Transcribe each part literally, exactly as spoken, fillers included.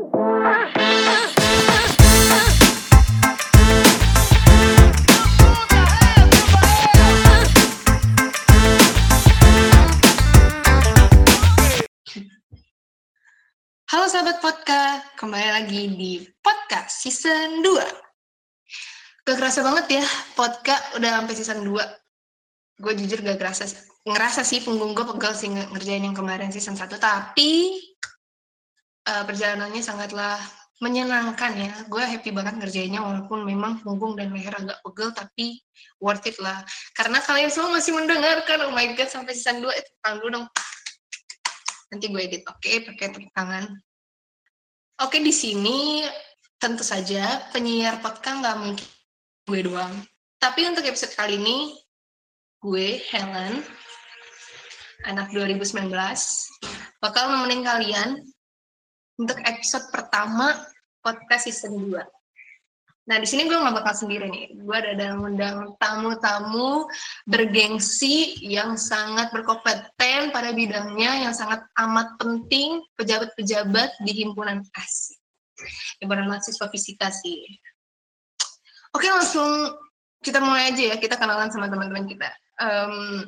Halo sahabat podcast, kembali lagi di podcast season dua. Gak kerasa banget ya, podcast udah sampai season dua. Gue jujur gak kerasa, ngerasa sih punggung gue pegel sih ngerjain yang kemarin season satu. Tapi uh, perjalanannya sangatlah menyenangkan ya. Gue happy banget ngerjainnya walaupun memang punggung dan leher agak pegel, tapi worth it lah. Karena kalian semua masih mendengarkan, oh my god, sampai season dua. Itu tangan dulu dong. Nanti gue edit, oke, okay, pakai tepuk tangan. Oke, di sini tentu saja penyiar podcast nggak mungkin gue doang. Tapi untuk episode kali ini, gue, Helen, anak dua ribu sembilan belas, bakal nemenin kalian untuk episode pertama podcast season dua. Nah, di sini gue nggak bakal sendiri nih. Gue ada dalam undang tamu-tamu bergengsi yang sangat berkompeten pada bidangnya, yang sangat amat penting, pejabat-pejabat di himpunan asik. Himpunan mahasiswa fisika sih. Oke, langsung kita mulai aja ya. Kita kenalan sama teman-teman kita. Um,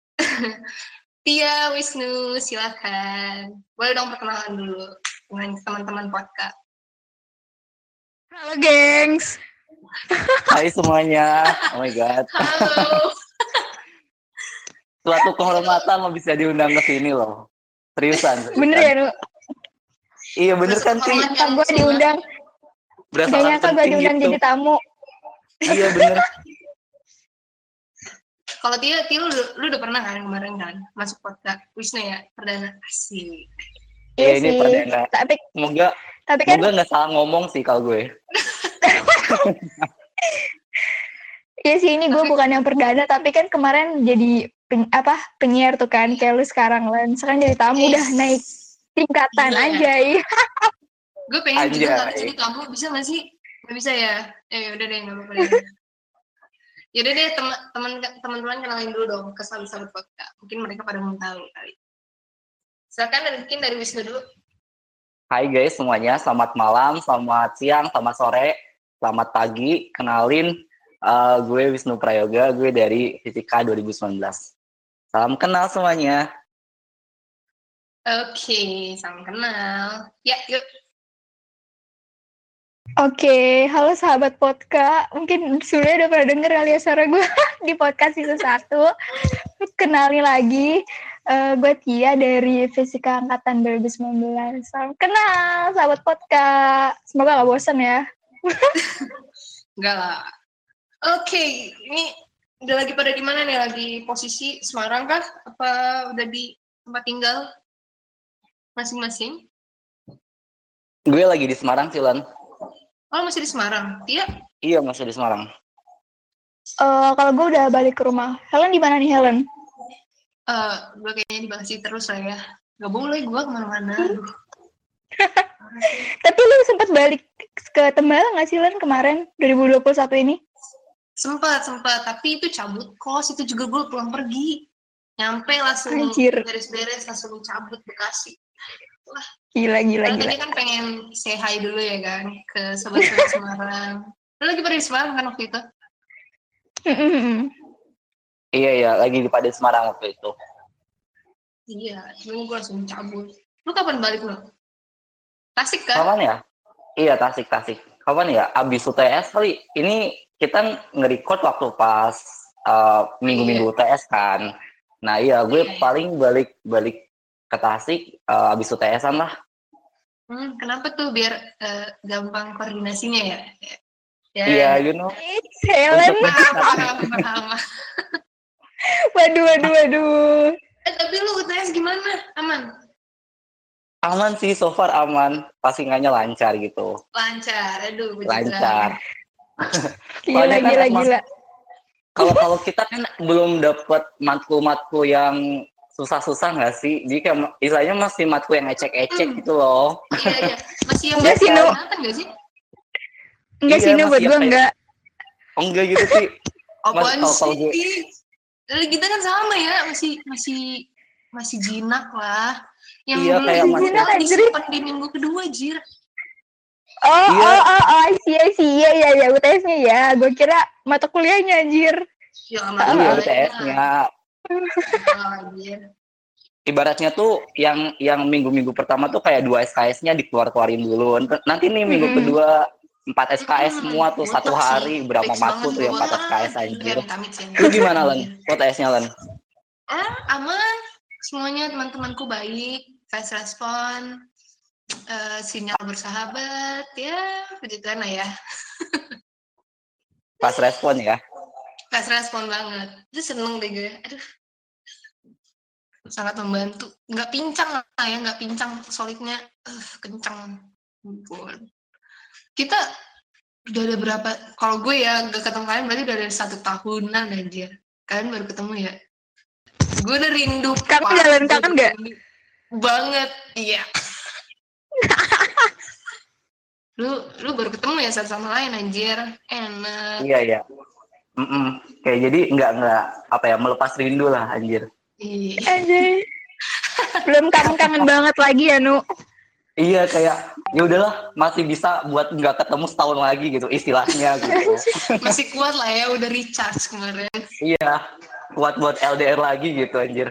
Tia, Wisnu, silakan. Boleh dong perkenalan dulu dengan teman-teman podcast. Halo, gengs. Hai semuanya. Oh my god. Halo. Suatu kehormatan lo bisa diundang ke sini loh. Seriusan. seriusan. Bener ya, Nu? Iya bener kan, Tri? Nyangka gue diundang. Berasa Gak nyangka gue diundang gitu. jadi tamu. Iya bener. Kalau Tia, Tia lu, lu udah pernah kan kemarin kan masuk podcast Wisnu ya, perdana asik. Iya ini sih. perdana. Tapi, Semoga tapi kan. Semoga nggak salah ngomong sih kalau gue. Iya sih, ini gue bukan yang perdana, tapi kan kemarin jadi pen, apa penyiar tuh kan, kayak lu sekarang Len. Sekarang jadi tamu udah naik tingkatan Gila, aja ya. Gue pengen Anjay. juga kali jadi tamu, bisa nggak sih? Nggak bisa ya? Eh udah deh, nggak apa-apa deh. Yaudah deh, teman-teman teman-teman kenalin dulu dong ke sahabat-sahabat podcast. Mungkin mereka pada mau tahu kali. Silakan dari mungkin dari Wisnu dulu. Hai guys semuanya, selamat malam, selamat siang, selamat sore, selamat pagi. Kenalin, uh, gue Wisnu Prayoga, gue dari Fisika dua ribu sembilan belas. Salam kenal semuanya. Oke, salam kenal. Ya, yuk. Oke, halo sahabat podcast. Mungkin sudah udah pernah denger kali ya suara gue di podcast season satu. Kenalin lagi. Uh, gue Tia dari Fisika Angkatan dua ribu sembilan belas. Salam kenal, sahabat podcast. Semoga gak bosan ya. Enggak lah. Oke, ini udah lagi pada di mana nih? Lagi posisi Semarang kah? Apa udah di tempat tinggal masing-masing? Gue lagi di Semarang sih, Lan. Oh, masih di Semarang? Tia? Iya, masih di Semarang. Uh, kalau gue udah balik ke rumah. Helen di mana nih, Helen? Uh, gue kayaknya dibahasi terus lah ya. Gak boleh gue kemana-mana. Aduh. Tapi lu sempat balik ke Tembalang gak sih, Len, kemarin dua ribu dua puluh satu ini? Sempat, sempat. Tapi itu cabut kos. Itu juga gue pulang pergi. Nyampe langsung Anjir. beres-beres, langsung cabut Bekasi. Wah. Gila, gila, Karena gila. tadi kan pengen say hi dulu ya kan. Ke sobat-sobat Semarang. Lu lagi pada di Semarang kan waktu itu? Iya, iya, lagi di pada Semarang waktu itu. Iya, cuma gue langsung cabut. Lu kapan balik lu? Tasik kan? Kapan ya? Iya, Tasik, Tasik. Kapan ya? Abis U T S kali. Ini kita nge-record waktu pas uh, minggu-minggu U T S kan. Nah iya, gue Iya. paling balik-balik ke Tasik uh, abis U T S-an lah. Hmm, kenapa tuh? Biar uh, gampang koordinasinya ya? Ya. Iya, you know. Helen. Untuk Paham, paham. Waduh, waduh, waduh. Eh, tapi lu U T S gimana? Aman? Aman sih, so far aman. Passingannya lancar gitu. Lancar, aduh. puji Lancar. Gila, Soalnya kan gila, mas- gila. Kalau kalau kita kan belum dapet matkul-matkul yang susah-susah nggak sih? Jadi kayak istilahnya masih matkul yang ecek-ecek Hmm. gitu loh. Iya, iya. Masih yang Enggak sih, Nu. kelihatan nggak sih? Enggak Iya, sih, Nu, buat masih gue apa ya? enggak. Oh enggak gitu sih. Apaan kalau- kalau gue- sih? Lalu kita kan sama ya, masih masih masih jinak lah. Yang Iya, dulu kayak itu masih- jinak Anjir. disimpan di minggu kedua, jir. Oh, Iya. oh, oh, oh, I see, I see. Iya, iya, iya, U T S-nya ya. Gue kira mata kuliahnya, anjir. Ya Ah, Iya aman U T S-nya. aja. Ibaratnya tuh yang yang minggu-minggu pertama tuh kayak dua S K S-nya dikeluar-keluarin dulu. Nanti nih minggu Mm-mm. kedua empat S K S Mm-mm. semua tuh satu Mutlak hari sih, berapa fix banget matkul tuh gue. yang empat S K Wah, S gila, anjir. amit-amit sih. Lu gimana Len? Anjir. U T S-nya Len? Ah, aman. Semuanya teman-temanku baik, fast respon, eh, sinyal bersahabat, ya puji Tuhan lah ya. Pas respon ya. Fast respon banget. Itu seneng deh gue. Aduh, sangat membantu. Nggak pincang lah ya, nggak pincang solidnya. Uh, kencang. Ampun. Kita udah ada berapa, kalau gue ya gak ketemu kalian berarti udah ada satu tahunan aja. Kalian baru ketemu ya. Gue udah rindu. Kangen Pak. gak, Len? Gue Kangen udah gak? rindu banget, iya. Lu lu baru ketemu ya satu sama lain anjir. Enak. Iya iya. Mm-mm. Kayak jadi nggak nggak apa ya melepas rindu lah anjir. Iya. Anjir. Belum kangen-kangen banget lagi ya, Nu. Iya kayak ya udahlah masih bisa buat nggak ketemu setahun lagi gitu istilahnya gitu. Masih kuat lah ya, udah recharge kemarin. Iya buat buat L D R lagi gitu anjir.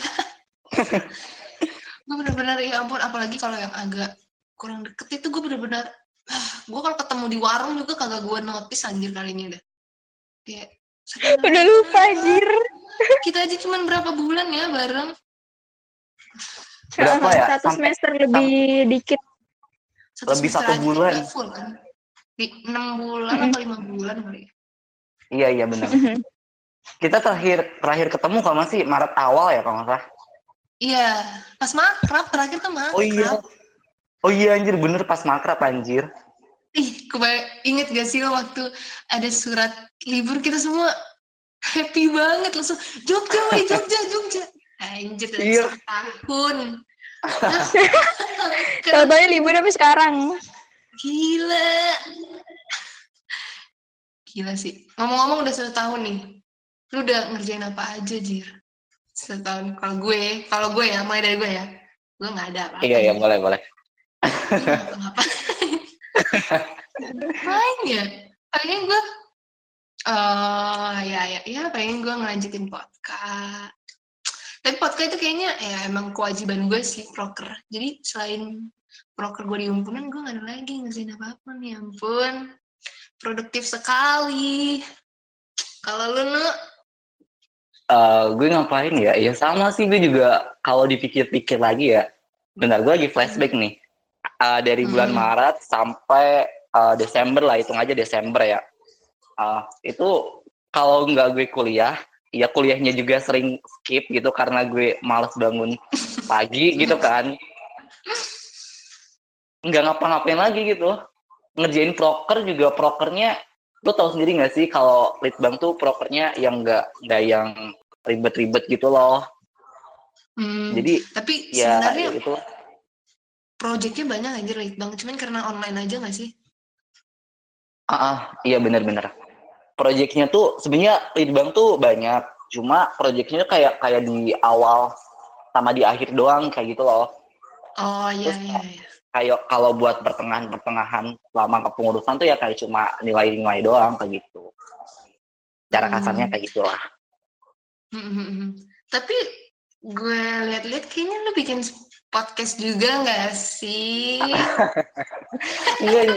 Gue bener-bener ya ampun, apalagi kalau yang agak kurang deket itu gue bener-bener ah, gue kalau ketemu di warung juga kagak gue notice anjir kali ini udah kayak Udah lupa, anjir. kita aja cuman berapa bulan ya bareng. Berapa ya? Satu Sampai semester lebih dikit. lebih semester satu aja bulan. kita full kan di enam bulan Mm-mm. atau lima bulan kali. Iya iya benar. Kita terakhir terakhir ketemu kalau masih Maret awal ya kalau nggak salah. Iya, pas makrab terakhir kan makrab. Oh iya. Oh iya anjir bener pas makrab anjir. Ih, kebayang, inget gak sih lo waktu ada surat libur kita semua happy banget langsung Jogja, woi Jogja, Jogja. Anjir udah Iya. setahun. Tahu-tahu libur sampai sekarang. Gila. Gila sih. Ngomong-ngomong udah satu tahun nih. Lu udah ngerjain apa aja, Jir? Setahun. Kalau gue, kalau gue ya, mulai dari gue ya. Gue nggak ada apa-apa. Iya iya boleh boleh. Apa? Ngapain ya? Pengen gue, oh ya ya ya, pengen gue ngelanjutin podcast. Tapi podcast itu kayaknya ya emang kewajiban gue sih, proker. Jadi selain proker gue di himpunan, gue nggak ada lagi ngerjain apa-apa nih, ampun. Produktif sekali. Kalau lu, Nu? Uh, gue ngapain ya? Ya sama sih gue juga kalau dipikir-pikir lagi ya. Benar gue lagi flashback nih. Uh, dari bulan Hmm. Maret sampai uh, Desember lah, hitung aja Desember ya. Uh, itu kalau nggak gue kuliah, ya kuliahnya juga sering skip gitu karena gue males bangun pagi gitu kan. Nggak ngapa-ngapain lagi gitu. Ngerjain proker juga prokernya, lo tau sendiri nggak sih kalau litbang tuh prokernya yang nggak nggak yang ribet-ribet gitu loh. Hmm, Jadi tapi ya sebenarnya itu projectnya banyak aja Litbang, cuman karena online aja nggak sih? ah ah, iya benar-benar. Proyeknya tuh sebenarnya litbang tuh banyak, cuma proyeknya kayak kayak di awal sama di akhir doang kayak gitu loh. Oh iya Terus iya iya. kayak kalau buat pertengahan-pertengahan lama kepengurusan tuh ya kayak cuma nilai-nilai doang kayak gitu. Cara kasarnya kayak gitulah. Hmm, hmm, hmm. Tapi gue lihat-lihat kayaknya lu bikin podcast juga nggak sih? Iya.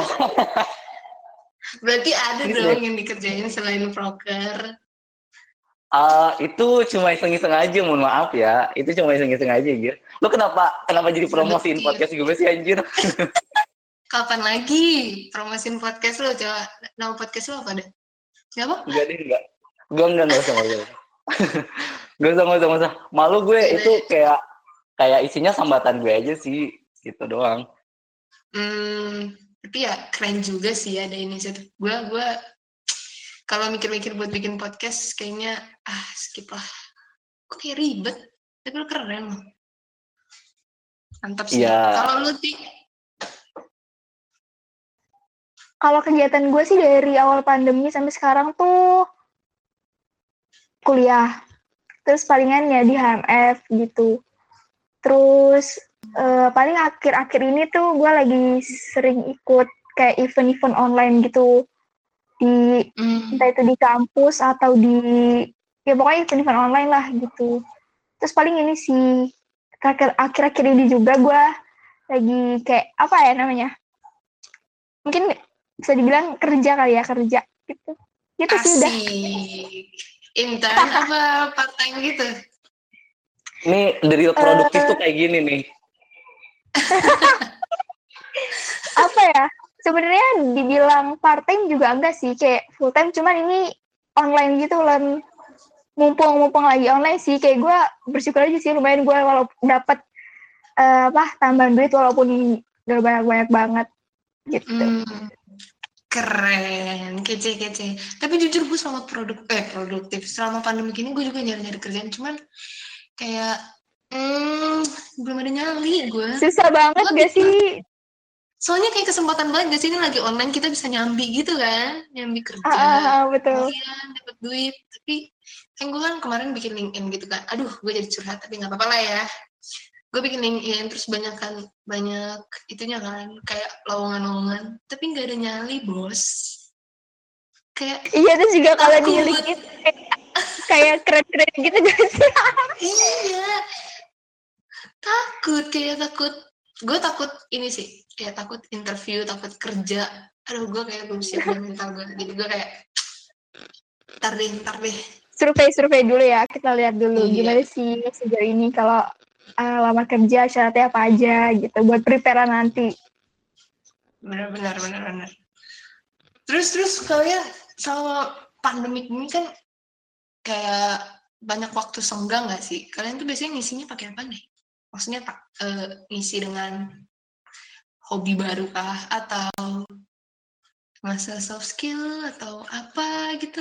Berarti ada Yes, dong yes. yang dikerjain selain proker. Uh, itu cuma iseng-iseng aja, mohon maaf ya. Itu cuma iseng-iseng aja, Gir. Lu kenapa kenapa jadi promosiin Produktif. podcast gue sih, anjir? Kapan lagi promosiin podcast lo? Coba nama podcast lo apa deh? Siapa? Enggak deh, enggak. Gue enggak, enggak usah, enggak usah. Gak usah, gak usah, gak usah. Malu gue Iya, itu iya. kayak kayak isinya sambatan gue aja sih. Gitu doang. Hmm, tapi ya keren juga sih ada inisiatif. Gue gue kalau mikir-mikir buat bikin podcast kayaknya ah skip lah. Kok kayak ribet? Tapi lu keren loh. Mantap sih. Iya. Kalau lu Ti, Kalau kegiatan gue sih dari awal pandemi sampai sekarang tuh kuliah. Terus palingan ya di H M F gitu. Terus uh, paling akhir-akhir ini tuh gue lagi sering ikut kayak event-event online gitu di Hmm. entah itu di kampus atau di ya pokoknya event-event online lah gitu. Terus paling ini sih akhir-akhir ini juga gue lagi kayak apa ya namanya? Mungkin bisa dibilang kerja kali ya kerja gitu. Gitu sih udah. Asik. Intern apa part time gitu? Ini dari produktif uh, tuh kayak gini nih. Apa ya? Sebenarnya dibilang part time juga enggak sih, kayak full time. Cuman ini online gitu lah. Mumpung-mumpung lagi online sih, kayak gue bersyukur aja sih lumayan gue walaupun dapat uh, apa tambahan duit walaupun gak banyak-banyak banget gitu. Hmm. Keren, kece-kece. Tapi jujur gue selama produk, eh produktif, selama pandemi gini gue juga nyari-nyari kerjaan, cuman kayak hmm, belum ada nyali gue. Susah banget gua gak sih? Soalnya kayak kesempatan banget gak sih, ini lagi online kita bisa nyambi gitu kan, nyambi kerja, ah, ah, betul. kemudian dapat duit. Tapi kan gue kan kemarin bikin LinkedIn gitu kan, aduh gue jadi curhat tapi nggak apa-apa lah ya. Gue bikin LinkedIn terus banyak kan banyak itunya kan kayak lowongan-lowongan tapi nggak ada nyali bos. Kayak iya tuh juga kalau di LinkedIn kayak, kayak keren-keren gitu gak sih? Iya takut kayak takut gue takut ini sih kayak takut interview takut kerja. Aduh gue kayak belum siap mental gue jadi gue kayak ntar deh ntar deh survei-survei dulu ya kita lihat dulu iya. Gimana sih sejauh ini kalau Uh, lamar kerja syaratnya apa aja gitu buat prepare nanti. Benar-benar benar-benar. Terus terus kalian sama pandemik ini kan kayak banyak waktu senggang nggak sih? Kalian tuh biasanya ngisinya pakai apa nih? Maksudnya uh, ngisi dengan hobi baru kah atau masa soft skill atau apa gitu?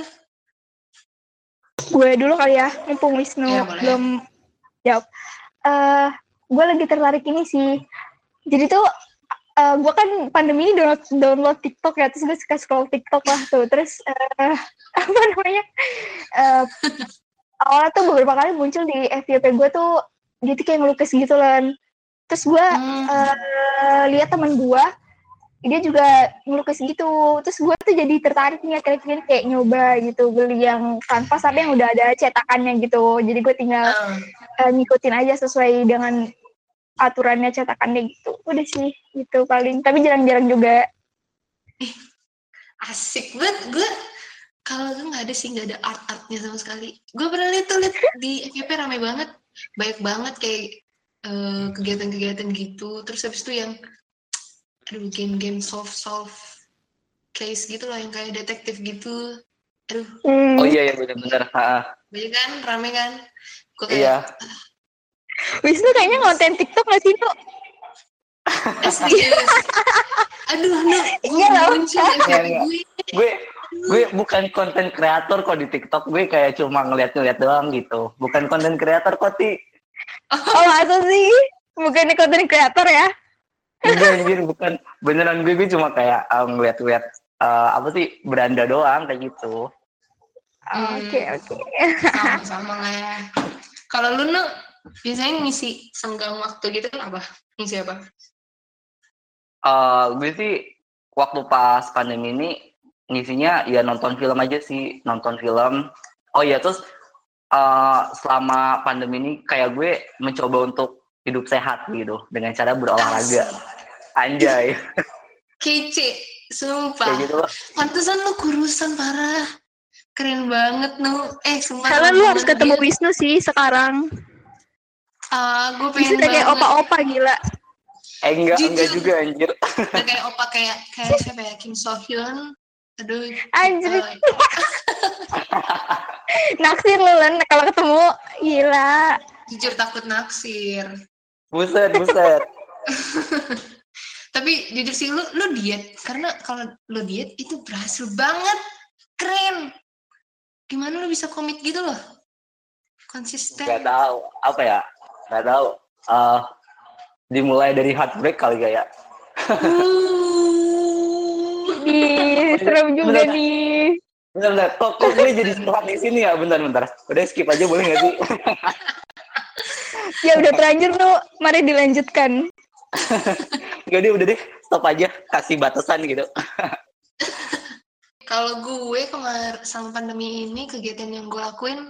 Gue dulu kali ya, mumpung Wisnu ya, belum jawab. Uh, gue lagi tertarik ini sih. Jadi tuh uh, gue kan pandemi ini download, download TikTok ya, terus gue suka scroll TikTok lah tuh. Terus uh, apa namanya? Uh, awalnya tuh beberapa kali muncul di F Y P gue tuh, dia tuh kayak ngelukis gitu kan. Terus gue hmm. uh, lihat teman gue, dia juga ngelukis gitu. Terus gue tuh jadi tertarik nih akhirnya kayak nyoba gitu, beli yang kanvas tapi yang udah ada cetakannya gitu. Jadi gue tinggal uh. Uh, ngikutin aja sesuai dengan aturannya cetakannya gitu. Udah sih gitu paling, tapi jarang-jarang juga. Eh, asik banget. Gue kalau gue nggak ada sih, nggak ada art-artnya sama sekali. Gue pernah lihat tuh lihat di F Y P ramai banget, banyak banget kayak uh, kegiatan-kegiatan gitu. Terus habis itu yang aduh game-game solve-solve case gitu loh, yang kayak detektif gitu. Aduh. Hmm. Oh iya ya benar-benar. Banyak kan, rame kan. Gue kayak, iya. Wisnu kayaknya ngonten TikTok nggak sih tuh? Eh, serius. Aduh, no, gue muncul F Y P gue. Gue gue bukan konten kreator kok di TikTok. Gue kayak cuma ngeliat-ngeliat doang gitu. Bukan konten kreator kok, Ti. Oh, masa sih? Bukan konten kreator ya? Enggak, anjir, bukan. Beneran gue, gue cuma kayak um, ngeliat-ngeliat uh, apa sih, beranda doang kayak gitu. Oke, oke. Sama-sama lah ya. Kalau lu, Nu, biasanya ngisi senggang waktu gitu kan apa? Ngisi apa? Uh, gue sih waktu pas pandemi ini ngisinya ya nonton film aja sih, nonton film. Oh iya, terus uh, selama pandemi ini kayak gue mencoba untuk hidup sehat gitu dengan cara berolahraga. Anjay. Kece, sumpah. Kayak gitu loh. Pantesan lu kurusan parah. Keren banget, Nu. Eh, sumpah. Karena lu harus ketemu dia. Wisnu sih sekarang. Ah, uh, gue pengen Wisnu udah kayak opa-opa gila. Eh enggak, Jujur. enggak juga anjir. Udah kayak opa kayak kayak siapa ya? Kim So Hyun. Aduh. Anjir. Uh, naksir lu, Len, kalau ketemu. Gila. Jujur takut naksir. Buset, buset. Tapi jujur sih lu lu diet, karena kalau lu diet itu berhasil banget. Keren. Gimana lu bisa komit gitu loh? Konsisten. Gak tahu, apa ya? Gak tahu. Uh, dimulai dari heartbreak kali gak ya? Ih, serem juga bentar, nih. Bentar, bentar. Kok, kok gue jadi curhat di sini ya? Bentar, bentar. Udah skip aja boleh gak sih? Ya udah terlanjur tuh, mari dilanjutkan. Gak deh, udah deh, stop aja, kasih batasan gitu. Kalau gue kemarin sama pandemi ini, kegiatan yang gue lakuin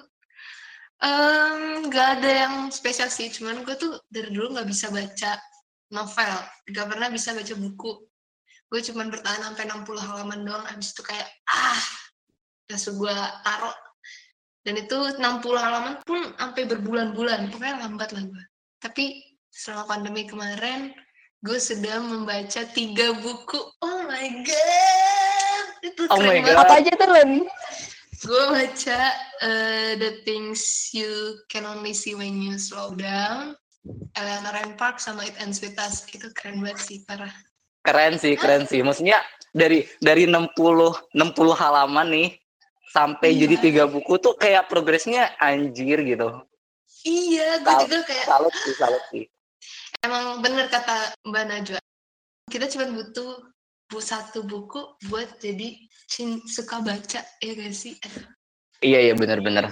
um, gak ada yang spesial sih. Cuman gue tuh dari dulu gak bisa baca novel, gak pernah bisa baca buku. Gue cuman bertahan sampai enam puluh halaman doang, abis itu kayak ah langsung gue taruh. Dan itu enam puluh halaman pun sampai berbulan-bulan, pokoknya lambat lah gue. Tapi selama pandemi kemarin, gue sudah membaca tiga buku. Oh my god, itu Oh keren my banget. God. Apa aja tuh, Len? Gue baca uh, The Things You Can Only See When You Slow Down, Eleanor and Park, sama It Ends With Us. Itu keren banget sih, parah. Keren sih, keren sih. Maksudnya dari dari enam puluh halaman nih sampai Iya. jadi tiga buku tuh kayak progresnya anjir gitu. Iya, gue Sal- juga kayak salut sih, salut sih. emang bener kata Mbak Najwa. Kita cuma butuh bu satu buku buat jadi cin- suka baca, ya gak sih? Aduh. Iya, iya, bener-bener.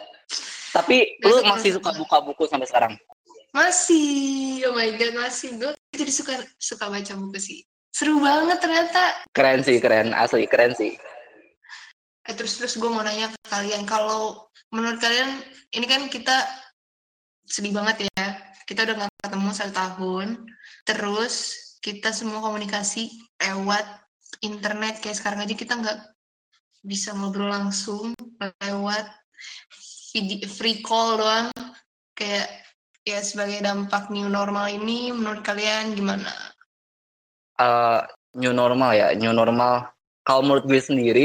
Tapi Dan lu itu masih kerasa suka banget. buka buku sampai sekarang? Masih, oh my god, masih. Gue jadi suka suka baca buku sih. Seru banget ternyata. Keren sih, keren. Asli, keren sih. Eh, terus terus gue mau nanya ke kalian, kalau menurut kalian ini kan kita sedih banget ya, kita udah gak ketemu satu tahun, terus kita semua komunikasi lewat internet, kayak sekarang aja kita nggak bisa ngobrol langsung, lewat video, free call doang, kayak ya sebagai dampak new normal ini, menurut kalian gimana? Uh, new normal ya, new normal. Kalau menurut gue sendiri,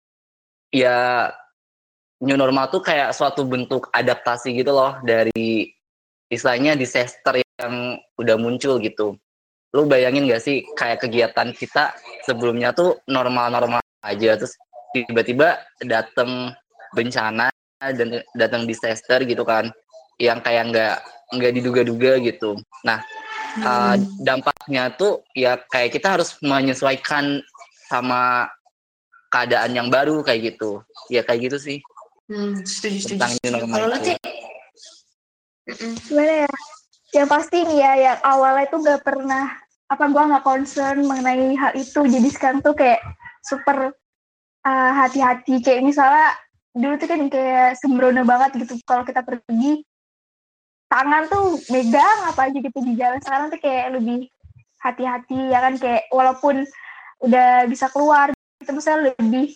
ya new normal tuh kayak suatu bentuk adaptasi gitu loh dari istilahnya disaster yang udah muncul gitu. Lu bayangin gak sih kayak kegiatan kita sebelumnya tuh normal-normal aja, terus tiba-tiba datang bencana dan datang disaster gitu kan, yang kayak nggak nggak diduga-duga gitu. Nah, uh, dampaknya tuh ya kayak kita harus menyesuaikan sama keadaan yang baru kayak gitu. Ya kayak gitu sih. Hmm, setuju, setuju, Tentang new setuju. normal Kalau lo itu. Ti? Mm-mm. Gimana ya? Yang pasti nih ya, yang awalnya tuh gak pernah, apa gue gak concern mengenai hal itu. Jadi sekarang tuh kayak super uh, hati-hati. Kayak misalnya, dulu tuh kan kayak sembrono banget gitu. Kalau kita pergi, tangan tuh megang apa aja gitu di jalan. Sekarang tuh kayak lebih hati-hati ya kan. Kayak walaupun udah bisa keluar, kita bisa lebih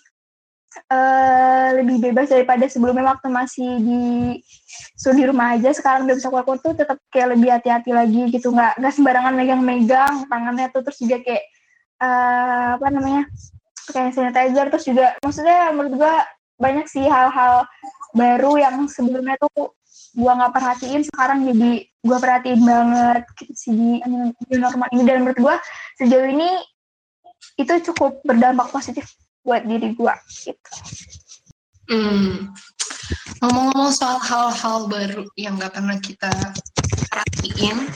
uh, lebih bebas daripada sebelumnya waktu masih di suruh di rumah aja. Sekarang udah bisa keluar tuh tetap kayak lebih hati-hati lagi gitu, nggak nggak sembarangan megang-megang tangannya tuh, terus juga kayak uh, apa namanya kayak sanitizer. Terus juga maksudnya menurut gua banyak sih hal-hal baru yang sebelumnya tuh gua nggak perhatiin, sekarang jadi gua perhatiin banget gitu sih di new normal ini. Dan menurut gua sejauh ini itu cukup berdampak positif buat diri gue gitu. Hmm. Ngomong-ngomong soal hal-hal baru yang nggak pernah kita perhatiin,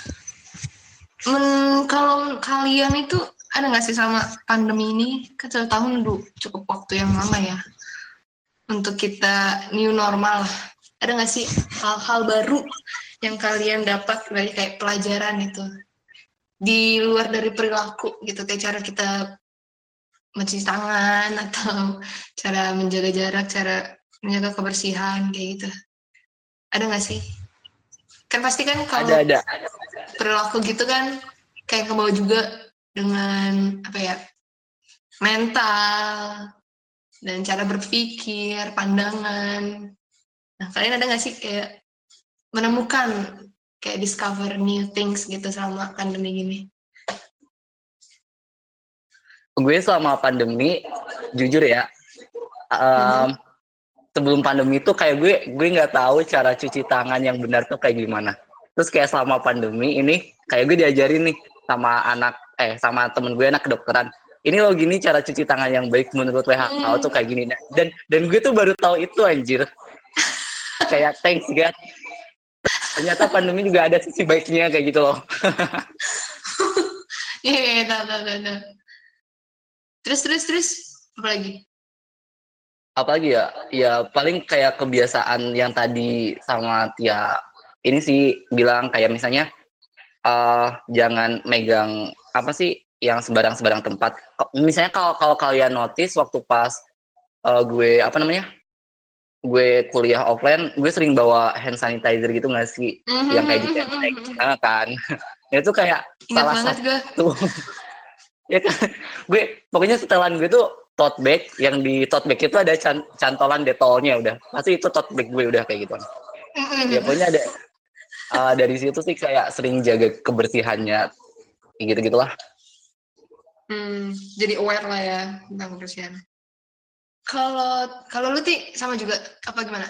men, kalau kalian itu ada nggak sih sama pandemi ini, kan satu tahun dulu cukup waktu yang lama ya untuk kita new normal, ada nggak sih hal-hal baru yang kalian dapat dari kayak pelajaran itu di luar dari perilaku gitu, kayak cara kita mencuci tangan atau cara menjaga jarak, cara menjaga kebersihan kayak gitu, ada nggak sih? Kan pasti kan kalau Ada, ada. perilaku gitu kan kayak kebawa juga dengan apa ya, mental dan cara berpikir, pandangan. Nah, kalian ada nggak sih kayak menemukan kayak discover new things gitu selama pandemi gini? Gue selama pandemi jujur ya, um, sebelum pandemi itu kayak gue gue nggak tahu cara cuci tangan yang benar tuh kayak gimana. Terus kayak selama pandemi ini kayak gue diajarin nih sama anak eh sama temen gue anak kedokteran, ini loh gini cara cuci tangan yang baik menurut W H O tuh kayak gini. Dan dan gue tuh baru tahu itu anjir. Kayak thanks God. Ternyata pandemi juga ada sisi baiknya kayak gitu loh. Iya, tahu, tahu, tahu. Terus, terus, terus, apa lagi? Apalagi ya, ya paling kayak kebiasaan yang tadi sama Tia ini sih bilang kayak misalnya uh, jangan megang apa sih yang sembarang-sembarang tempat. Misalnya kalau kalau kalian notice waktu pas uh, gue apa namanya gue kuliah offline, gue sering bawa hand sanitizer gitu nggak sih, Mhm, yang kayak mhm, ditempel mhm. nah, kan. Itu kayak Ingat salah banget gue. satu ya kan, gue pokoknya setelan gue tuh tote bag, yang di tote bag itu ada can- cantolan detolnya, udah pasti itu tote bag gue udah kayak gitu. Ya Mhm. pokoknya ada uh, dari situ sih kayak sering jaga kebersihannya gitu gitulah. Hmm, jadi aware lah ya tentang kebersihan. Kalau kalau lu Ti sama juga apa gimana?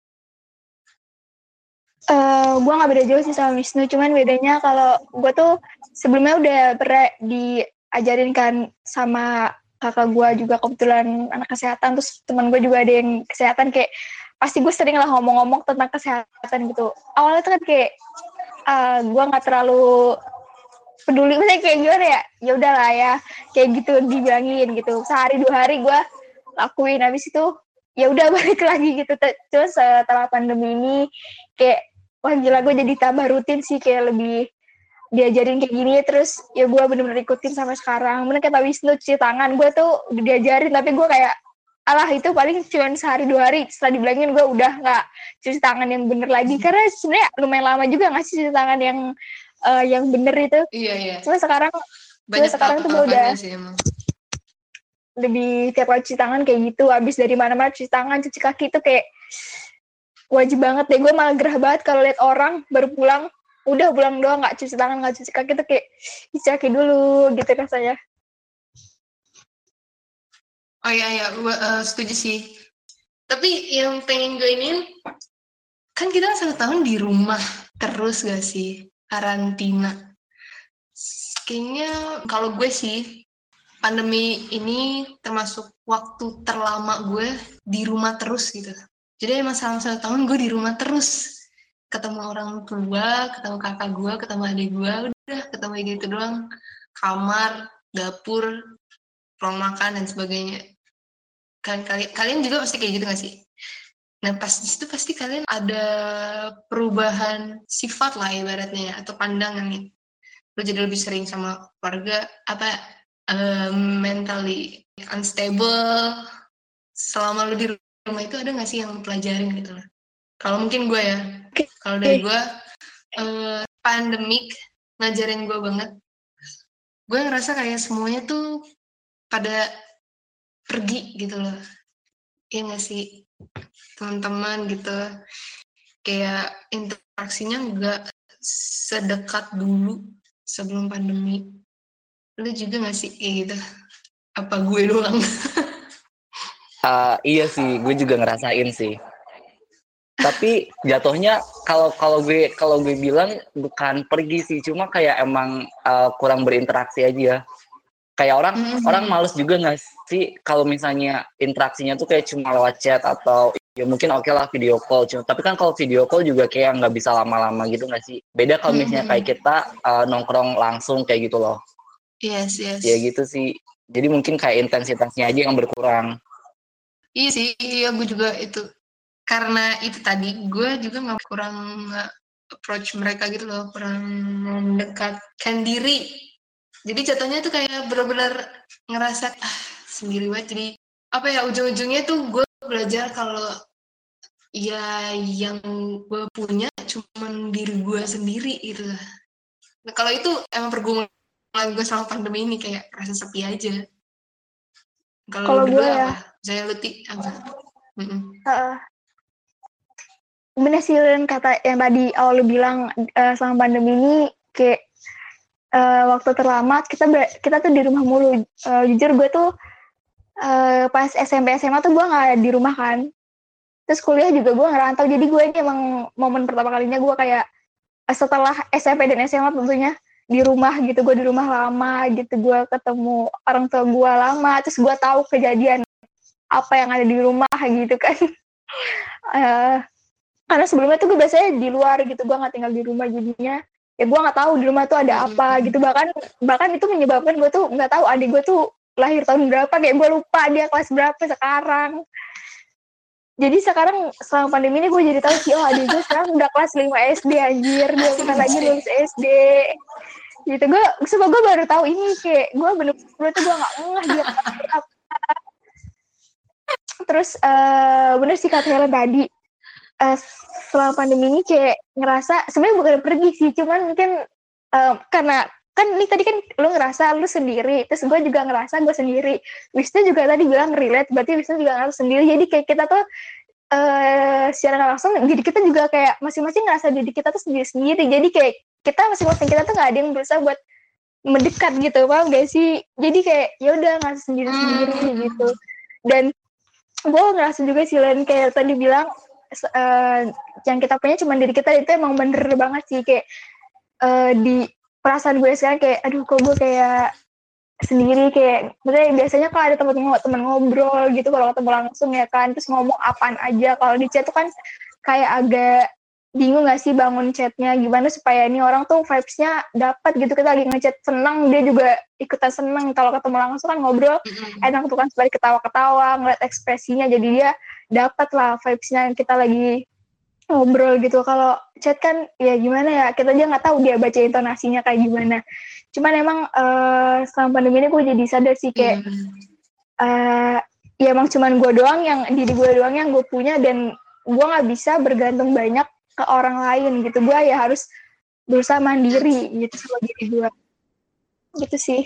Eh, gue nggak beda jauh sih sama Wisnu, cuman bedanya kalau gue tuh sebelumnya udah pernah diajarin kan sama kakak gue juga kebetulan anak kesehatan, terus teman gue juga ada yang kesehatan, kayak pasti gue sering lah ngomong-ngomong tentang kesehatan gitu. Awalnya tuh kan kayak uh, gue nggak terlalu peduli, misalnya kayak gimana ya, ya udahlah ya kayak gitu dibilangin gitu, sehari dua hari gue lakuin, habis itu ya udah balik lagi gitu. Terus setelah pandemi ini kayak wah gila, gue jadi tambah rutin sih, kayak lebih diajarin kayak gini, terus ya gue bener-bener ikutin sampai sekarang. Bener kata Wisnu, cuci tangan gue tuh udah diajarin, tapi gue kayak alah itu paling cuma sehari dua hari setelah dibilangin gue udah nggak cuci tangan yang bener lagi, karena sebenarnya lumayan lama juga nggak sih cuci tangan yang uh, yang bener itu. Iya iya. Cuma sekarang cuma Banyak sekarang tuh gue tahapannya udah sih emang. lebih tiap kali cuci tangan kayak gitu, abis dari mana-mana cuci tangan, cuci kaki itu kayak wajib banget deh. Gue malah gerah banget kalau lihat orang baru pulang, udah pulang doang nggak cuci tangan nggak cuci kaki, itu kayak cuci kaki dulu gitu rasanya. Oh iya iya, gue uh, setuju sih. Tapi yang pengen gue ini kan kita satu tahun di rumah terus gak sih, karantina. Kayaknya kalau gue sih pandemi ini termasuk waktu terlama gue di rumah terus gitu. Jadi emang selama satu tahun gue di rumah terus. Ketemu orang tua, ketemu kakak gue, ketemu adik gue, udah ketemu gitu doang. Kamar, dapur, ruang makan, dan sebagainya. Kan kalian, kalian juga pasti kayak gitu gak sih? Nah pas di situ pasti kalian ada perubahan sifat lah ibaratnya ya, atau pandangan nih. Lo jadi lebih sering sama keluarga, apa um, mentally unstable. Selama lo di rumah itu ada nggak sih yang lo pelajarin gitu lah? Kalau mungkin gue ya, kalau dari gue uh, pandemik ngajarin gue banget. Gue ngerasa kayak semuanya tuh pada pergi gitu loh. Iya nggak sih teman-teman gitu, kayak interaksinya nggak sedekat dulu sebelum pandemi. Lu juga nggak sih kayak gitu? Apa gue doang? Uh, iya sih, gue juga ngerasain sih. Tapi jatuhnya kalau kalau gue kalau gue bilang bukan pergi sih, cuma kayak emang uh, kurang berinteraksi aja. Kayak orang mm-hmm. orang males juga nggak sih kalau misalnya interaksinya tuh kayak cuma lewat chat atau ya mungkin oke okay lah video call. Cuma, tapi kan kalau video call juga kayak nggak bisa lama-lama gitu nggak sih? Beda kalau misalnya kayak kita uh, nongkrong langsung kayak gitu loh. Yes yes. Ya gitu sih. Jadi mungkin kayak intensitasnya aja yang berkurang. Iya sih, iya gue juga itu. Karena itu tadi, gue juga nggak kurang approach mereka gitu loh, kurang mendekatkan diri. Jadi jatuhnya tuh kayak benar-benar ngerasa ah, sendiri banget. Jadi apa ya, ujung-ujungnya tuh gue belajar kalau ya yang gue punya cuman diri gue sendiri gitu. Nah, kalau itu emang pergumulan gue sama pandemi ini, kayak rasa sepi aja. Kalau gue ya, apa? Saya letih apa? Uh, bener sih Len, kata yang tadi awal lu bilang uh, selama pandemi ini kayak uh, waktu terlama kita ber- kita tuh di rumah mulu. Uh, jujur gue tuh uh, pas S M P S M A tuh gue nggak di rumah kan. Terus kuliah juga gue ngerantau. Jadi gue ini emang momen pertama kalinya gue kayak uh, setelah S M P dan S M A tentunya di rumah gitu. Gue di rumah lama gitu. Gue ketemu orang tua gue lama. Terus gue tahu kejadian apa yang ada di rumah gitu kan. uh, karena sebelumnya tuh gue biasanya di luar gitu, gue nggak tinggal di rumah, jadinya ya gue nggak tahu di rumah tuh ada apa gitu. Bahkan bahkan itu menyebabkan gue tuh nggak tahu adik gue tuh lahir tahun berapa, kayak gue lupa dia kelas berapa sekarang jadi sekarang selama pandemi ini gue jadi tahu sih, oh adik gue sekarang udah kelas lima S D anjir, dia bentar lagi lulus S D gitu. Gue sebab gue baru tahu ini, kayak gue bener-bener tuh gue nggak ngeh dia apa. Terus uh, bener sih kata Helen tadi, uh, selama pandemi ini kayak ngerasa sebenarnya bukan pergi sih, cuman mungkin uh, karena kan ini tadi kan lu ngerasa lu sendiri, terus gue juga ngerasa gue sendiri. Wisnu juga tadi bilang relate, berarti Wisnu juga ngerasa sendiri. Jadi kayak kita tuh uh, secara nggak langsung diri kita juga kayak masing-masing ngerasa diri kita tuh sendiri-sendiri. Jadi kayak kita masing-masing kita tuh nggak ada yang berusaha buat mendekat gitu, paham gak sih? Jadi kayak ya udah ngerasa sendiri-sendiri gitu. Dan gue ngerasa juga sih Len, kayak tadi bilang uh, yang kita punya cuma diri kita, itu emang bener banget sih. Kayak uh, di perasaan gue sekarang kayak aduh kok gue kayak sendiri, kayak maksudnya biasanya kalau ada temen, temen ngobrol gitu kalau ketemu langsung ya kan, terus ngomong apaan aja. Kalau di chat tuh kan kayak agak bingung gak sih bangun chatnya gimana supaya ini orang tuh vibes-nya dapat gitu. Kita lagi ngechat seneng, dia juga ikutan seneng. Kalau ketemu langsung kan ngobrol enak tuh kan, sebalik ketawa-ketawa, ngeliat ekspresinya, jadi dia dapat lah vibes-nya yang kita lagi ngobrol gitu. Kalau chat kan ya gimana ya, kita aja nggak tahu dia baca intonasinya kayak gimana. Cuman emang uh, selama pandemi ini gue jadi sadar sih kayak mm. uh, ya emang cuman gue doang yang diri gue doang yang gue punya, dan gue nggak bisa bergantung banyak ke orang lain gitu. Gue ya harus berusaha mandiri gitu sama diri gue gitu sih.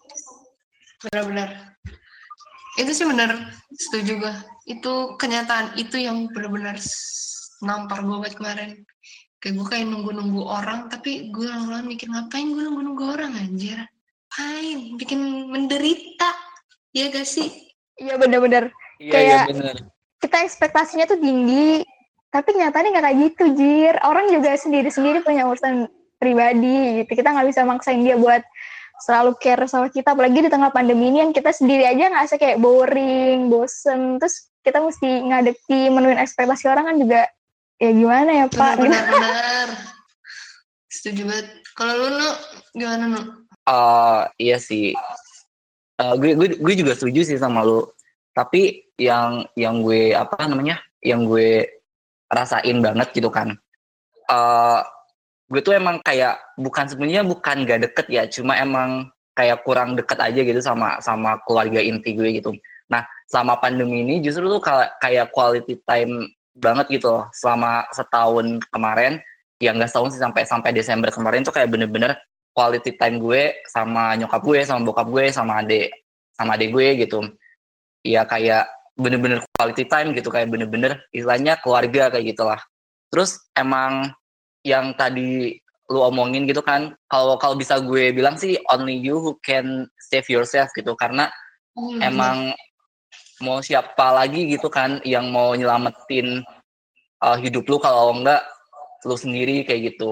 Benar-benar itu sih benar, setuju gue. Itu kenyataan itu yang benar-benar nampar gue buat kemarin. Kayak gue kayak nunggu-nunggu orang, tapi gue lama-lama mikir ngapain gue nunggu-nunggu orang anjir. Ngapain? Bikin menderita. Iya gak sih? Iya benar-benar. Iya, kayak iya benar. Kita ekspektasinya tuh tinggi, tapi nyatanya gak kayak gitu, Jir. Orang juga sendiri-sendiri punya urusan pribadi gitu. Kita gak bisa maksain dia buat selalu care sama kita, apalagi di tengah pandemi ini yang kita sendiri aja ngerasa kayak boring, bosen. Terus kita mesti ngadepi, menuin ekspektasi orang kan juga ya gimana ya Pak? Benar-benar. Setuju banget. Kalau lu, Nu, gimana, Nu? Uh, iya sih. Uh, gue, gue, gue juga setuju sih sama lu. Tapi yang yang gue apa namanya? Yang gue rasain banget gitu kan. Uh, gue tuh emang kayak bukan sebenarnya bukan gak deket ya, cuma emang kayak kurang deket aja gitu sama sama keluarga inti gue gitu. Nah, selama pandemi ini justru tuh kayak quality time banget gitu loh. Selama setahun kemarin, ya nggak setahun sih, sampai sampai Desember kemarin tuh kayak bener-bener quality time gue sama nyokap gue, sama bokap gue, sama adik sama adik gue gitu. Ya kayak bener-bener quality time gitu, kayak bener-bener istilahnya keluarga kayak gitulah. Terus emang yang tadi lu omongin gitu kan, kalau kalau bisa gue bilang sih only you who can save yourself gitu, karena hmm, emang bener. Mau siapa lagi gitu kan yang mau nyelamatin uh, hidup lu kalau enggak lu sendiri kayak gitu.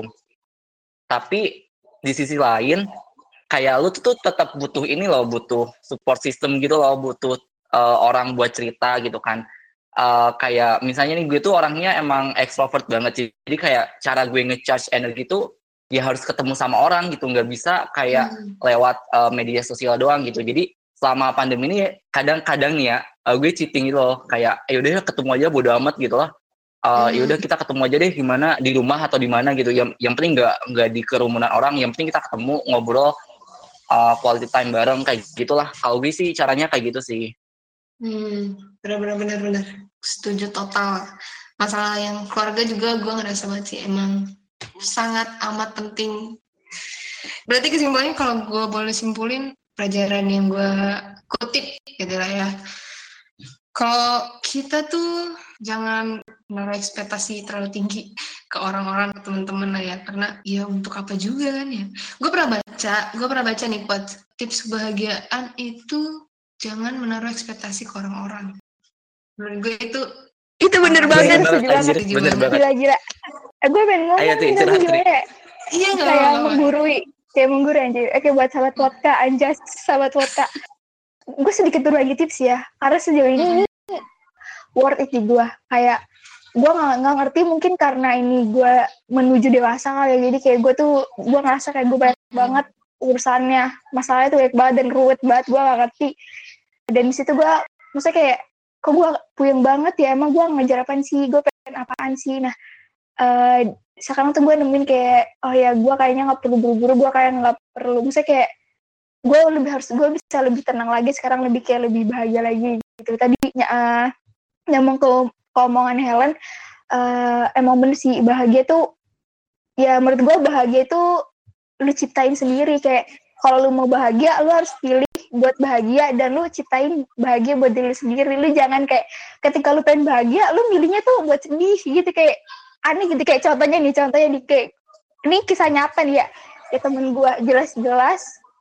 Tapi di sisi lain kayak lu tuh, tuh tetap butuh ini loh, butuh support system gitu loh, butuh uh, orang buat cerita gitu kan. Uh, kayak misalnya nih gue tuh orangnya emang extrovert banget sih, jadi kayak cara gue nge-charge energi tuh ya harus ketemu sama orang gitu, nggak bisa kayak hmm. lewat uh, media sosial doang gitu. Jadi selama pandemi ini kadang-kadang nih ya uh, gue cheating gitu loh, kayak yaudah ketemu aja bodo amat gitu loh. Uh, hmm. Yaudah kita ketemu aja deh gimana, di rumah atau di mana gitu, yang yang penting nggak nggak di kerumunan orang, yang penting kita ketemu ngobrol, uh, quality time bareng kayak gitulah. Kalau gue sih caranya kayak gitu sih. Hmm, benar-benar benar-benar setuju total. Masalah yang keluarga juga gue ngerasa banget sih, emang sangat amat penting. Berarti kesimpulannya kalau gue boleh simpulin pelajaran yang gue kutip gitu lah ya. Kalau kita tuh jangan menaruh ekspektasi terlalu tinggi ke orang-orang, ke teman-teman lah ya, karena ya untuk apa juga kan ya. Gue pernah baca, gue pernah baca nih quote, tips kebahagiaan itu jangan menaruh ekspektasi ke orang-orang. Menurut gue itu itu bener banget, setuju banget, bener banget. Gila-gila. Eh, gue pengen ngomong tapi gimana ya? Iya nggak? Kayak menggurui, kayak menggurui anjir. Oke, buat sahabat vodka, anjas sahabat vodka. Gue sedikit berbagi tips ya, karena sejauh ini mm-hmm. worth it di gue. Kayak gue nggak nggak ngerti, mungkin karena ini gue menuju dewasa kali ya, jadi kayak gue tuh gue ngerasa kayak gue banyak mm-hmm. banget urusannya, masalahnya tuh banyak banget dan ruwet banget, gue nggak ngerti. Dan di situ gue, maksudnya kayak kok gue puyeng banget ya, emang gue ngejar apaan sih, gue pengen apaan sih. Nah uh, sekarang tuh gue nemuin kayak oh ya gue kayaknya nggak perlu buru-buru, gue kayak nggak perlu, misalnya kayak gue lebih harus gue bisa lebih tenang lagi sekarang, lebih kayak lebih bahagia lagi gitu. Tadi uh, nyambung ke, ke omongan Helen, uh, emang bener sih bahagia tuh ya, menurut gue bahagia itu lu ciptain sendiri. Kayak kalau lu mau bahagia lu harus pilih buat bahagia dan lu ciptain bahagia buat diri lu sendiri. Lu jangan kayak ketika lu pengen bahagia lu milihnya tuh buat sedih gitu, kayak aneh gitu. Kayak contohnya nih contohnya nih kayak ini kisah nyata nih ya, ya temen gue jelas-jelas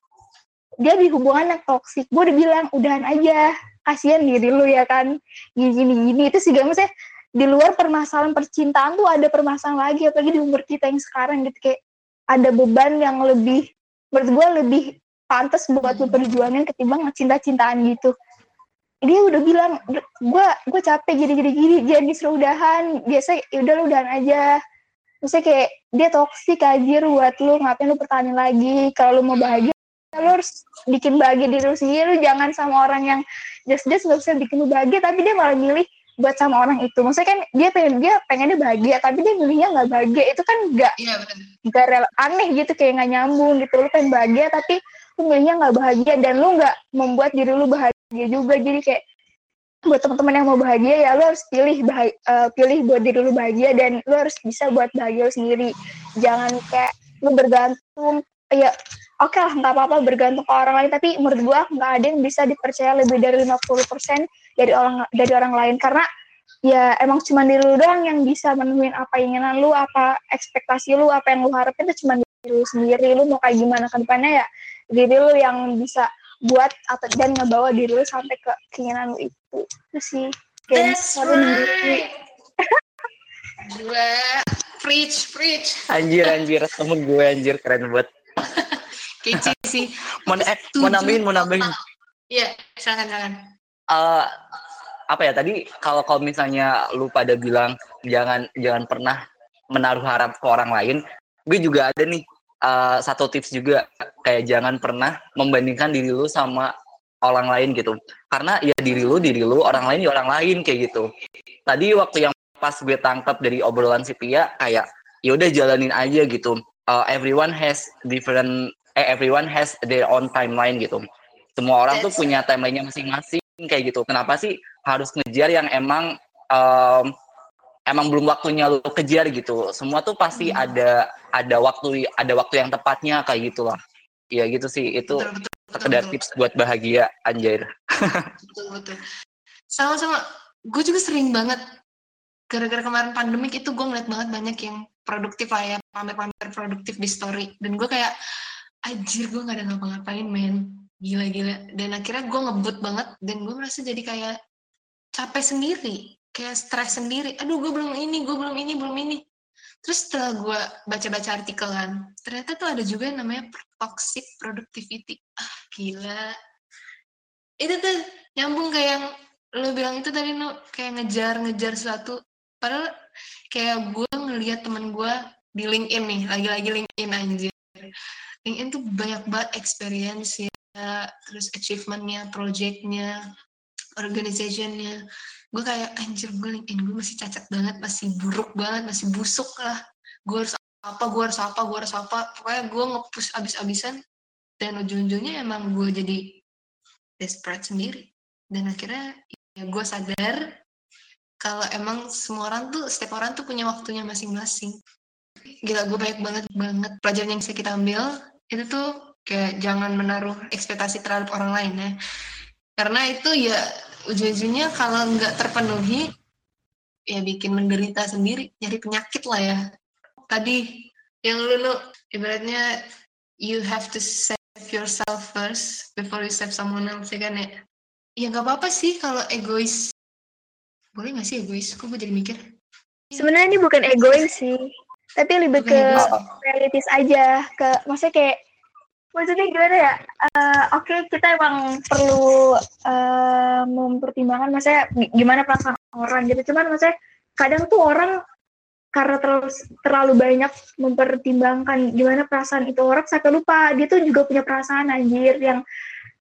dia di hubungan yang toksik. Gue udah bilang udahan aja, kasihan diri lu ya kan, gini-gini itu sih. Gak maksudnya di luar permasalahan percintaan tuh ada permasalahan lagi, apalagi di umur kita yang sekarang gitu. Kayak ada beban yang lebih, menurut gue lebih pantas buat lu perjuangin ketimbang cinta-cintaan gitu. Dia udah bilang gue gue capek gini-gini gini, jangan disuruh udahan, biasa ya udah lu udahan aja. Maksudnya kayak dia toksik anjir buat lu, ngapain lu pertahanin lagi. Kalau lu mau bahagia lu harus bikin bahagia diri lu sendiri. Lu jangan sama orang yang just-just gak bisa bikin lu bahagia tapi dia malah milih buat sama orang itu. Maksudnya kan dia pengen dia pengennya bahagia tapi dia milihnya nggak bahagia, itu kan nggak Iya, nggak rel aneh gitu, kayak nggak nyambung gitu. Lu pengen bahagia tapi lu milihnya nggak bahagia dan lu nggak membuat diri lu bahagia juga. Jadi kayak buat teman-teman yang mau bahagia ya lu harus pilih bahagia, uh, pilih buat diri lu bahagia dan lu harus bisa buat bahagia lu sendiri. Jangan kayak lu bergantung ya. Oke okay lah, nggak apa-apa bergantung ke orang lain, tapi menurut gue nggak ada yang bisa dipercaya lebih dari lima puluh persen dari orang dari orang lain, karena ya emang cuma diri lu doang yang bisa menuhin apa inginan lu, apa ekspektasi lu, apa yang lu harapin itu cuma diri lu sendiri. Lu mau kayak gimana ke depannya ya diri lu yang bisa buat atau dan ngebawa diri lu sampai ke keinginan lu itu. Itu sih. That's right. Gila, preach, preach. Anjir, anjir, temen gue anjir, keren banget. Kece sih. Mau, eh, mau nambahin, mau nambahin. Iya, silakan, silakan. Uh, apa ya tadi kalau kalau misalnya lu pada bilang jangan jangan pernah menaruh harap ke orang lain, gue juga ada nih uh, satu tips juga, kayak jangan pernah membandingkan diri lu sama orang lain gitu. Karena ya diri lu diri lu, orang lain ya orang lain kayak gitu. Tadi waktu yang pas gue tangkap dari obrolan si Pia, kayak ya udah jalanin aja gitu. Uh, everyone has different eh, everyone has their own timeline gitu. Semua orang That's tuh punya timelinenya masing-masing kayak gitu. Kenapa sih harus ngejar yang emang um, emang belum waktunya lu kejar gitu. Semua tuh pasti hmm. ada ada waktu ada waktu yang tepatnya kayak gitulah. Ya gitu sih, itu betul, betul, sekedar betul, tips betul. Buat bahagia, anjir. Betul betul. Sama-sama. Gue juga sering banget gara-gara kemarin pandemik itu gue ngeliat banget banyak yang produktif lah ya, pamer-pamer produktif di story, dan gue kayak anjir gue gak ada ngapa-ngapain men, gila-gila. Dan akhirnya gue ngebut banget dan gue merasa jadi kayak capek sendiri, kayak stres sendiri. Aduh gue belum ini, gue belum ini, belum ini. Terus setelah gue baca-baca artikel kan, ternyata tuh ada juga yang namanya toxic productivity. Ah gila. Itu tuh nyambung kayak yang lo bilang itu tadi, no, kayak ngejar-ngejar sesuatu. Padahal kayak gue ngelihat temen gue di LinkedIn nih, lagi-lagi LinkedIn anjir. LinkedIn tuh banyak banget experience ya, terus achievement-nya, project-nya, organization-nya. Gue kayak anjir, gue LinkedIn gue masih cacat banget, masih buruk banget, masih busuk lah. Gue harus apa, gue harus apa, gue harus apa. Pokoknya gue nge-push abis-abisan dan ujung-ujungnya emang gue jadi desperate sendiri. Dan akhirnya ya gue sadar kalau emang semua orang tuh, setiap orang tuh punya waktunya masing-masing. Gila, gue banyak banget banget pelajaran yang bisa kita ambil. Itu tuh kayak jangan menaruh ekspektasi terhadap orang lain ya. Karena itu ya ujung-ujungnya kalau nggak terpenuhi, ya bikin menderita sendiri, nyari penyakit lah ya. Tadi yang lu, lu ibaratnya you have to save yourself first before you save someone else, ya kan ya? Ya nggak apa-apa sih kalau egois. Boleh nggak sih egois? Kok gue jadi mikir? Sebenarnya ini bukan egois sih, tapi lebih bukan ke egois. Realistis aja. Ke maksudnya kayak, maksudnya gimana ya? Uh, Oke, okay, kita emang perlu uh, mempertimbangkan, maksudnya gimana perasaan orang gitu. Cuman maksudnya kadang tuh orang karena terlalu terlalu banyak mempertimbangkan gimana perasaan itu orang, sampai lupa dia tuh juga punya perasaan anjir yang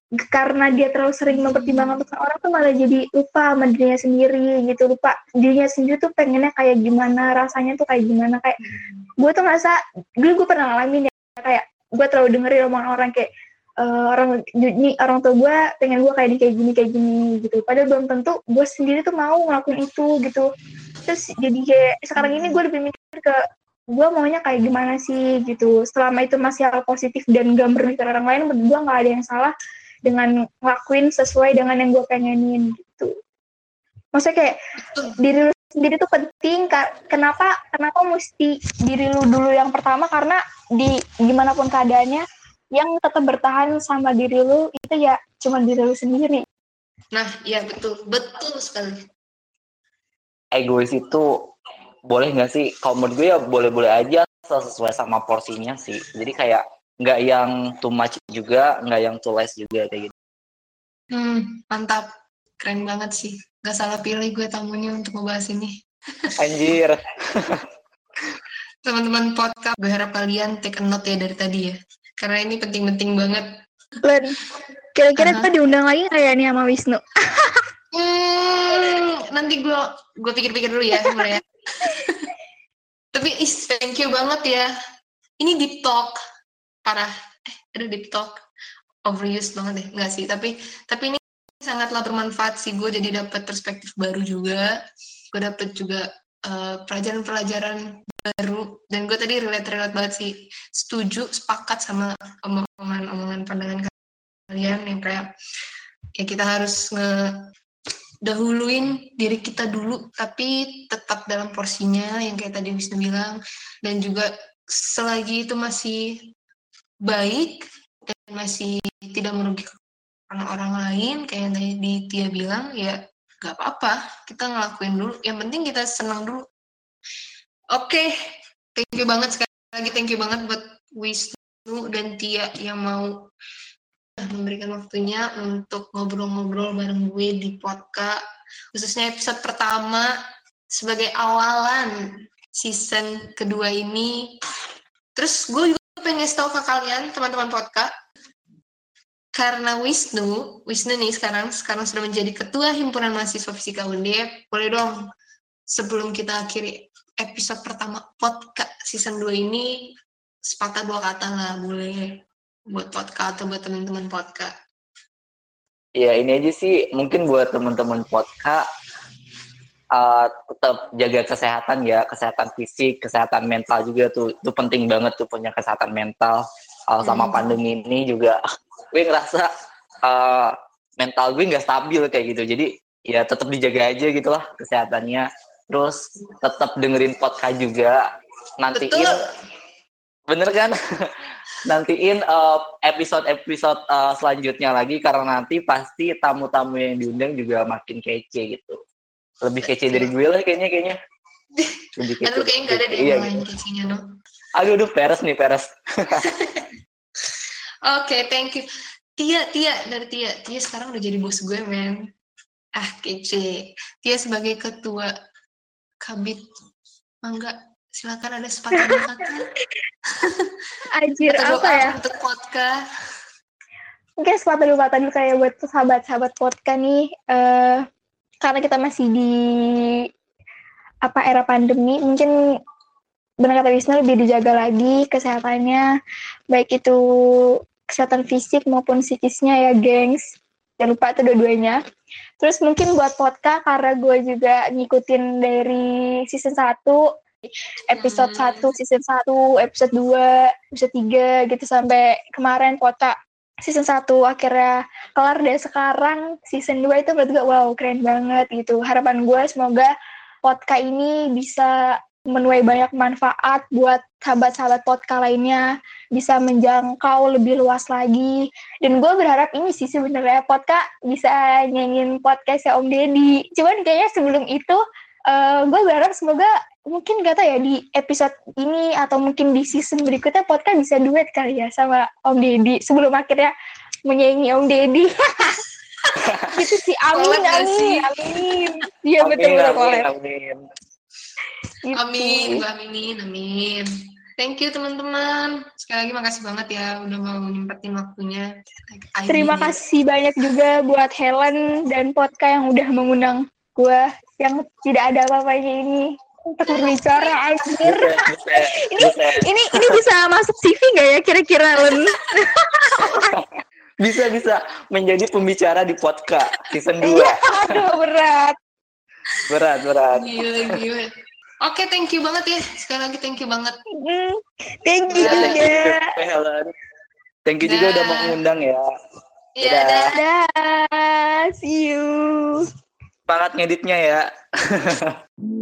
karena dia terlalu sering mempertimbangkan untuk orang tuh malah jadi lupa sama dirinya sendiri gitu, lupa dirinya sendiri tuh pengennya kayak gimana, rasanya tuh kayak gimana. Kayak gue tuh ngerasa dulu gue pernah ngalamin ya, kayak gue terlalu dengerin omongan orang kayak uh, orang ini orang tua gue pengen gue kayak ini kayak gini kayak gini gitu, padahal belum tentu gue sendiri tuh mau ngelakuin itu gitu. Terus jadi kayak sekarang ini gue lebih mikir ke gue maunya kayak gimana sih gitu, selama itu masih hal positif dan gak merugikan orang lain, menurut gue gak ada yang salah dengan ngelakuin sesuai dengan yang gue pengenin gitu. Maksudnya kayak diri lu sendiri tuh penting. Kenapa kenapa mesti diri lu dulu yang pertama? Karena di gimana pun keadaannya, yang tetap bertahan sama diri lu itu ya cuma diri lu sendiri. Nah, iya betul, betul sekali. Egois itu boleh nggak sih? Kalau menurut gue ya boleh-boleh aja sesuai sama porsinya sih. Jadi kayak nggak yang too much juga, nggak yang too less juga kayak gitu. Hmm, mantap. Keren banget sih. Gak salah pilih gue tamunya untuk membahas ini. Anjir. Teman-teman podcast, gue harap kalian take a note ya dari tadi ya. Karena ini penting-penting banget. Len, kira-kira kita diundang lagi kayak nih sama Wisnu? hmm, nanti gue gue pikir-pikir dulu ya. Mulai ya. Tapi is, thank you banget ya. Ini deep talk. Parah. Eh, aduh deep talk. Overused banget deh. Enggak sih. Tapi tapi ini sangatlah bermanfaat sih. Gue jadi dapat perspektif baru juga. Gue dapat juga uh, pelajaran-pelajaran baru. Dan gue tadi relate-relate banget sih. Setuju, sepakat sama omongan-omongan pandangan kalian yang kayak ya kita harus ngedahuluin diri kita dulu, tapi tetap dalam porsinya yang kayak tadi Wisnu bilang. Dan juga selagi itu masih baik dan masih tidak merugikan orang lain kayak yang tadi Tia bilang, ya gak apa-apa, kita ngelakuin dulu, yang penting kita senang dulu. Oke, okay. Thank you banget sekali lagi, thank you banget buat Wisnu dan Tia yang mau memberikan waktunya untuk ngobrol-ngobrol bareng gue di podcast, khususnya episode pertama sebagai awalan season kedua ini. Terus gue juga pengen ngasih tau ke kalian teman-teman podcast, karena Wisnu, Wisnu nih sekarang sekarang sudah menjadi ketua himpunan mahasiswa fisika U N D F. Boleh dong sebelum kita akhiri episode pertama podcast season dua ini, sepatah dua kata lah boleh buat podcast atau buat teman-teman podcast. Ya ini aja sih, mungkin buat teman-teman podcast uh, tetap jaga kesehatan ya, kesehatan fisik, kesehatan mental juga tuh, itu penting banget tuh punya kesehatan mental. Uh, sama hmm. pandemi ini juga gue ngerasa uh, mental gue nggak stabil kayak gitu, jadi ya tetap dijaga aja gitu lah kesehatannya. Terus tetap dengerin podcast juga, nantiin. Betul. Bener kan? Nantiin uh, episode-episode uh, selanjutnya lagi, karena nanti pasti tamu-tamu yang diundang juga makin kece gitu. Lebih kece dari gue lah kayaknya kayaknya. Lebih kece. Aduh kayaknya nggak ada deh yang lain kecenya no. Aduh, aduh, peres nih peres. Oke, okay, thank you. Tia, Tia dari Tia. Tia sekarang udah jadi bos gue, men. Ah, kece. Tia sebagai ketua Kabit Mangga, silakan ada sepatah kata. Anjir, atau apa ya? Untuk podcast. Mungkin sepatah dua kata dulu kayak buat sahabat-sahabat podcast nih. Uh, karena kita masih di apa era pandemi, mungkin benar kata Wisnu, lebih dijaga lagi kesehatannya, baik itu kesehatan fisik maupun psikisnya ya gengs, jangan lupa itu dua-duanya. Terus mungkin buat podcast, karena gue juga ngikutin dari season satu, episode hmm. satu, season satu, episode dua, episode tiga gitu sampai kemarin podcast season satu akhirnya kelar, dan sekarang season dua itu menurut gue wow keren banget gitu. Harapan gue semoga podcast ini bisa menuai banyak manfaat buat sahabat-sahabat podcast lainnya, bisa menjangkau lebih luas lagi. Dan gue berharap ini sih sebenarnya podcast bisa nyanyiin podcastnya Om Deddy. Cuman kayaknya sebelum itu uh, gue berharap semoga mungkin gak tau ya di episode ini atau mungkin di season berikutnya podcast bisa duet kali ya sama Om Deddy sebelum akhirnya menyanyi Om Deddy. Gitu sih, amin, amin, amin. Iya betul-betul kolek. Amin, gue aminin, amin. Thank you teman-teman. Sekali lagi makasih banget ya udah mau nyempetin waktunya. Terima kasih banyak juga buat Helen dan Podka yang udah mengundang gue yang tidak ada apa-apanya ini untuk berbicara. Anjir. ini ini ini bisa masuk C V nggak ya kira-kira Len? Bisa bisa menjadi pembicara di podcast season dua. Iya, aduh berat. Berat berat. Gila gila. Oke, thank you banget ya. Sekali lagi thank you banget. Mm, thank you Ya, juga. thank you juga, Helen. Thank you juga Dah. udah mau mengundang ya. Iya, Dadah. dah. Dah, see you. Semangat ngeditnya ya.